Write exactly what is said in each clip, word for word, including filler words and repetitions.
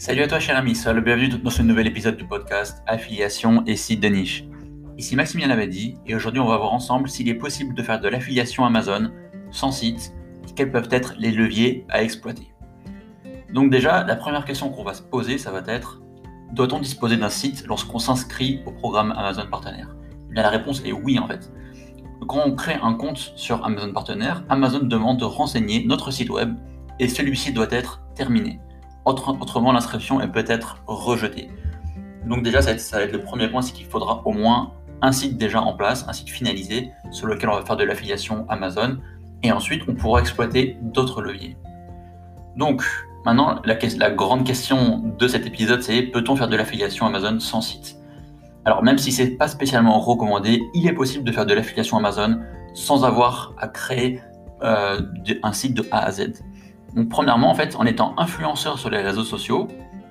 Salut à toi cher ami Sol, bienvenue dans ce nouvel épisode du podcast Affiliation et sites de niche. Ici Maximilien Lavadi et aujourd'hui on va voir ensemble s'il est possible de faire de l'affiliation Amazon sans site et quels peuvent être les leviers à exploiter. Donc déjà, la première question qu'on va se poser, ça va être doit-on disposer d'un site lorsqu'on s'inscrit au programme Amazon Partenaire ? Eh bien la réponse est oui en fait. Quand on crée un compte sur Amazon Partenaire, Amazon demande de renseigner notre site web et celui-ci doit être terminé. Autre, autrement, l'inscription est peut-être rejetée. Donc déjà, ça va, être, ça va être le premier point, c'est qu'il faudra au moins un site déjà en place, un site finalisé, sur lequel on va faire de l'affiliation Amazon, et ensuite on pourra exploiter d'autres leviers. Donc maintenant, la, la grande question de cet épisode, c'est peut-on faire de l'affiliation Amazon sans site ? Alors même si ce n'est pas spécialement recommandé, il est possible de faire de l'affiliation Amazon sans avoir à créer euh, un site de A à Z. Donc premièrement, en fait, en étant influenceur sur les réseaux sociaux,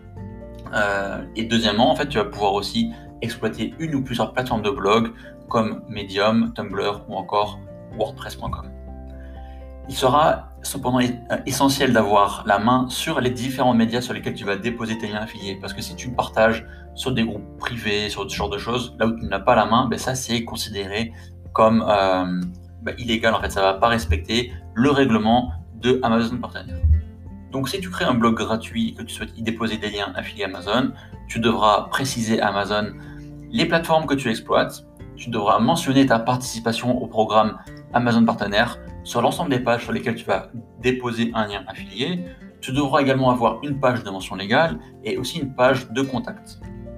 euh, et deuxièmement, en fait, tu vas pouvoir aussi exploiter une ou plusieurs plateformes de blog comme Medium, Tumblr ou encore WordPress point com. Il sera cependant essentiel d'avoir la main sur les différents médias sur lesquels tu vas déposer tes liens affiliés, parce que si tu partages sur des groupes privés, sur ce genre de choses, là où tu n'as pas la main, ben ça c'est considéré comme euh, ben illégal. En fait, ça ne va pas respecter le règlement de Amazon Partenaire. Donc si tu crées un blog gratuit et que tu souhaites y déposer des liens affiliés Amazon, tu devras préciser à Amazon les plateformes que tu exploites, tu devras mentionner ta participation au programme Amazon Partenaire sur l'ensemble des pages sur lesquelles tu vas déposer un lien affilié. Tu devras également avoir une page de mention légale et aussi une page de contact.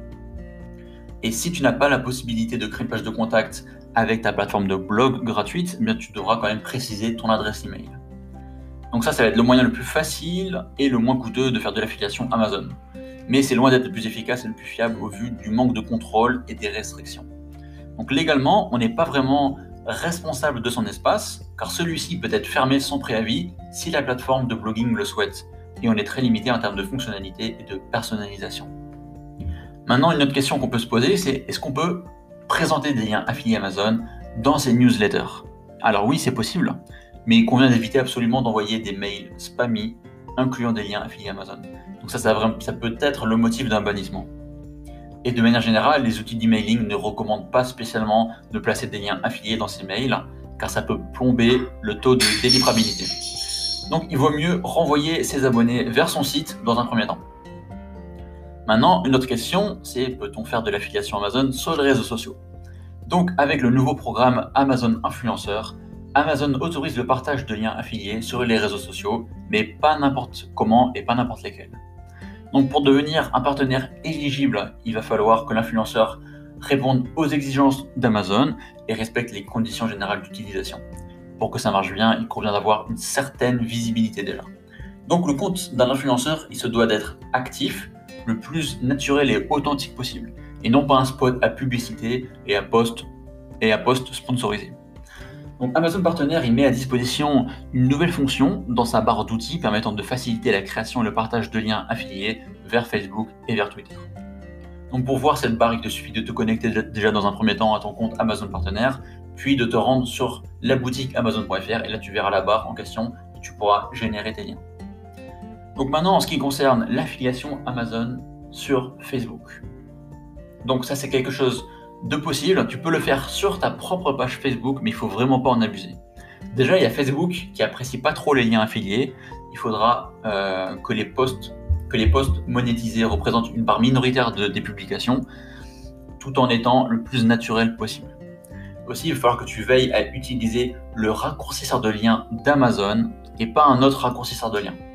Et si tu n'as pas la possibilité de créer une page de contact avec ta plateforme de blog gratuite, eh bien tu devras quand même préciser ton adresse email. Donc ça, ça va être le moyen le plus facile et le moins coûteux de faire de l'affiliation Amazon. Mais c'est loin d'être le plus efficace et le plus fiable au vu du manque de contrôle et des restrictions. Donc légalement, on n'est pas vraiment responsable de son espace, car celui-ci peut être fermé sans préavis si la plateforme de blogging le souhaite. Et on est très limité en termes de fonctionnalité et de personnalisation. Maintenant, une autre question qu'on peut se poser, c'est est-ce qu'on peut présenter des liens affiliés Amazon dans ses newsletters ? Alors oui, c'est possible. Mais il convient d'éviter absolument d'envoyer des mails spammy incluant des liens affiliés Amazon. Donc ça, ça, ça peut être le motif d'un bannissement. Et de manière générale, les outils d'emailing ne recommandent pas spécialement de placer des liens affiliés dans ces mails, car ça peut plomber le taux de délivrabilité. Donc il vaut mieux renvoyer ses abonnés vers son site dans un premier temps. Maintenant, une autre question, c'est peut-on faire de l'affiliation Amazon sur les réseaux sociaux ? Donc avec le nouveau programme Amazon Influenceur, Amazon autorise le partage de liens affiliés sur les réseaux sociaux, mais pas n'importe comment et pas n'importe lesquels. Donc pour devenir un partenaire éligible, il va falloir que l'influenceur réponde aux exigences d'Amazon et respecte les conditions générales d'utilisation. Pour que ça marche bien, il convient d'avoir une certaine visibilité déjà. Donc le compte d'un influenceur, il se doit d'être actif, le plus naturel et authentique possible, et non pas un spot à publicité et à post, et à post sponsorisé. Donc Amazon Partenaire, il met à disposition une nouvelle fonction dans sa barre d'outils permettant de faciliter la création et le partage de liens affiliés vers Facebook et vers Twitter. Donc pour voir cette barre, il te suffit de te connecter déjà dans un premier temps à ton compte Amazon Partenaire, puis de te rendre sur la boutique amazon point f r et là tu verras la barre en question et tu pourras générer tes liens. Donc maintenant, en ce qui concerne l'affiliation Amazon sur Facebook. Donc ça, c'est quelque chose de possible, tu peux le faire sur ta propre page Facebook, mais il ne faut vraiment pas en abuser. Déjà, il y a Facebook qui apprécie pas trop les liens affiliés. Il faudra euh, que, les posts, que les posts monétisés représentent une part minoritaire de, des publications, tout en étant le plus naturel possible. Aussi, il va falloir que tu veilles à utiliser le raccourcisseur de liens d'Amazon et pas un autre raccourcisseur de liens.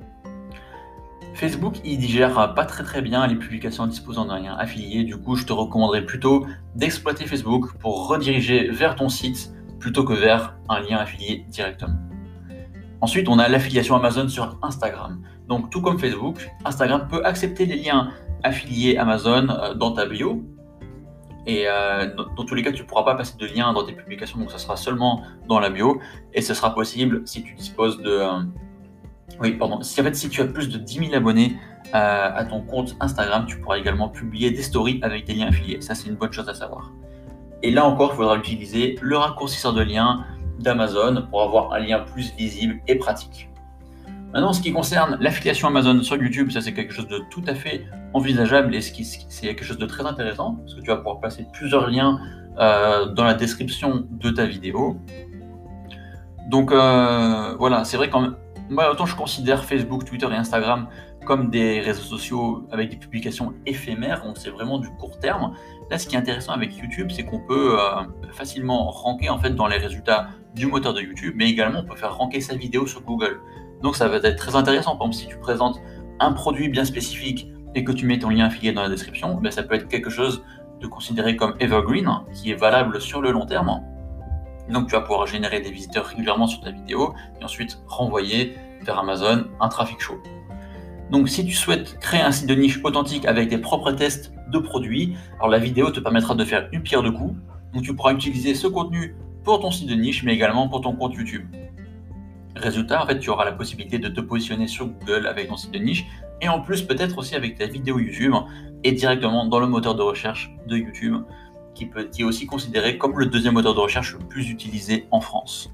Facebook, il digère pas très très bien les publications disposant d'un lien affilié, du coup je te recommanderais plutôt d'exploiter Facebook pour rediriger vers ton site plutôt que vers un lien affilié directement. Ensuite, on a l'affiliation Amazon sur Instagram. Donc tout comme Facebook, Instagram peut accepter les liens affiliés Amazon dans ta bio. Et euh, dans, dans tous les cas, tu ne pourras pas passer de lien dans tes publications, donc ça sera seulement dans la bio. Et ce sera possible si tu disposes de... Euh, Oui, pardon. Si, en fait, si tu as plus de dix mille abonnés euh, à ton compte Instagram, tu pourras également publier des stories avec des liens affiliés. Ça, c'est une bonne chose à savoir. Et là encore, il faudra utiliser le raccourcisseur de liens d'Amazon pour avoir un lien plus lisible et pratique. Maintenant, en ce qui concerne l'affiliation Amazon sur YouTube, ça c'est quelque chose de tout à fait envisageable et c'est quelque chose de très intéressant parce que tu vas pouvoir placer plusieurs liens euh, dans la description de ta vidéo. Donc euh, voilà, c'est vrai que moi autant je considère Facebook, Twitter et Instagram comme des réseaux sociaux avec des publications éphémères, donc c'est vraiment du court terme. Là, ce qui est intéressant avec YouTube, c'est qu'on peut euh, facilement ranker en fait dans les résultats du moteur de YouTube, mais également on peut faire ranker sa vidéo sur Google. Donc ça va être très intéressant. Par exemple, si tu présentes un produit bien spécifique et que tu mets ton lien affilié dans la description, ben, ça peut être quelque chose de considéré comme evergreen, qui est valable sur le long terme. Donc tu vas pouvoir générer des visiteurs régulièrement sur ta vidéo et ensuite renvoyer vers Amazon un trafic chaud. Donc si tu souhaites créer un site de niche authentique avec tes propres tests de produits, alors la vidéo te permettra de faire une pierre deux coups. Donc tu pourras utiliser ce contenu pour ton site de niche, mais également pour ton compte YouTube. Résultat, en fait, tu auras la possibilité de te positionner sur Google avec ton site de niche et en plus peut-être aussi avec ta vidéo YouTube et directement dans le moteur de recherche de YouTube qui, peut, qui est aussi considéré comme le deuxième moteur de recherche le plus utilisé en France.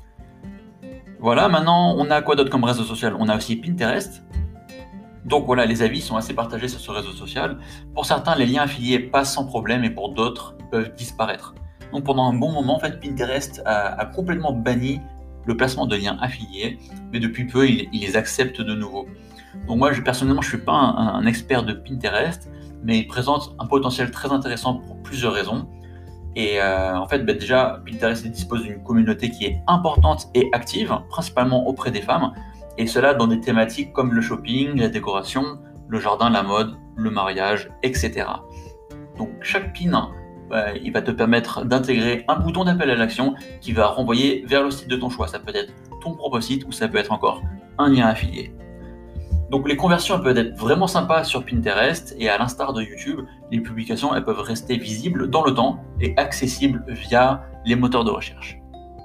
Voilà, maintenant on a quoi d'autre comme réseau social? On a aussi Pinterest. Donc voilà, les avis sont assez partagés sur ce réseau social. Pour certains, les liens affiliés passent sans problème et pour d'autres, ils peuvent disparaître. Donc pendant un bon moment, en fait, Pinterest a, a complètement banni le placement de liens affiliés, mais depuis peu, il, il les accepte de nouveau. Donc moi, je, personnellement, je ne suis pas un, un expert de Pinterest, mais il présente un potentiel très intéressant pour plusieurs raisons. Et euh, en fait, ben déjà, Pinterest dispose d'une communauté qui est importante et active, principalement auprès des femmes, et cela dans des thématiques comme le shopping, la décoration, le jardin, la mode, le mariage, et cetera. Donc chaque pin, bah, il va te permettre d'intégrer un bouton d'appel à l'action qui va renvoyer vers le site de ton choix. Ça peut être ton propre site ou ça peut être encore un lien affilié. Donc les conversions elles peuvent être vraiment sympas sur Pinterest et à l'instar de YouTube, les publications elles peuvent rester visibles dans le temps et accessibles via les moteurs de recherche.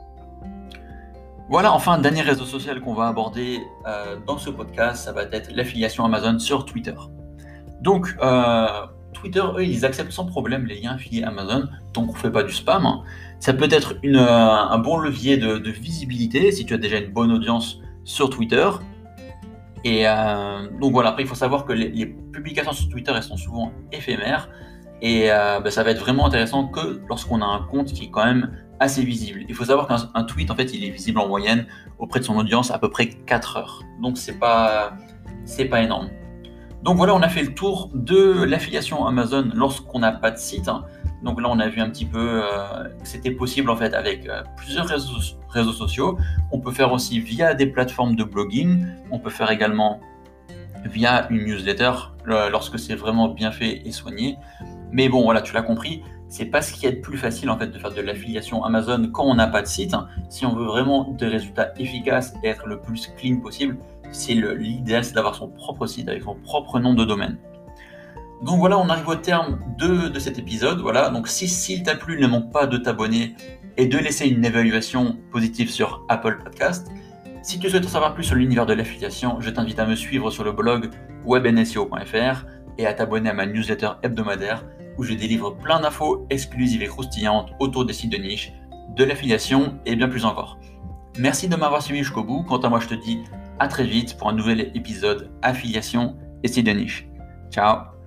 Voilà, enfin, dernier réseau social qu'on va aborder euh, dans ce podcast, ça va être l'affiliation Amazon sur Twitter. Donc, euh, Twitter, eux, ils acceptent sans problème les liens affiliés Amazon, tant qu'on ne fait pas du spam. Ça peut être une, euh, un bon levier de, de visibilité si tu as déjà une bonne audience sur Twitter. Et euh, donc voilà, après, il faut savoir que les, les publications sur Twitter, elles sont souvent éphémères. Et euh, bah, ça va être vraiment intéressant que lorsqu'on a un compte qui est quand même assez visible. Il faut savoir qu'un tweet, en fait, il est visible en moyenne auprès de son audience à peu près quatre heures. Donc, c'est pas, c'est pas énorme. Donc voilà, on a fait le tour de l'affiliation Amazon lorsqu'on n'a pas de site. Donc là, on a vu un petit peu euh, que c'était possible en fait avec euh, plusieurs réseaux, réseaux sociaux. On peut faire aussi via des plateformes de blogging. On peut faire également via une newsletter euh, lorsque c'est vraiment bien fait et soigné. Mais bon, voilà, tu l'as compris, c'est pas ce qui est le plus facile en fait de faire de l'affiliation Amazon quand on n'a pas de site. Si on veut vraiment des résultats efficaces et être le plus clean possible, c'est l'idéal, c'est d'avoir son propre site avec son propre nom de domaine. Donc voilà, on arrive au terme de, de cet épisode. Voilà, donc si s'il t'a plu, ne manque pas de t'abonner et de laisser une évaluation positive sur Apple Podcast. Si tu souhaites en savoir plus sur l'univers de l'affiliation, je t'invite à me suivre sur le blog web n s e o point f r et à t'abonner à ma newsletter hebdomadaire où je délivre plein d'infos exclusives et croustillantes autour des sites de niche, de l'affiliation et bien plus encore. Merci de m'avoir suivi jusqu'au bout. Quant à moi, je te dis à très vite pour un nouvel épisode affiliation et sites de niche. Ciao!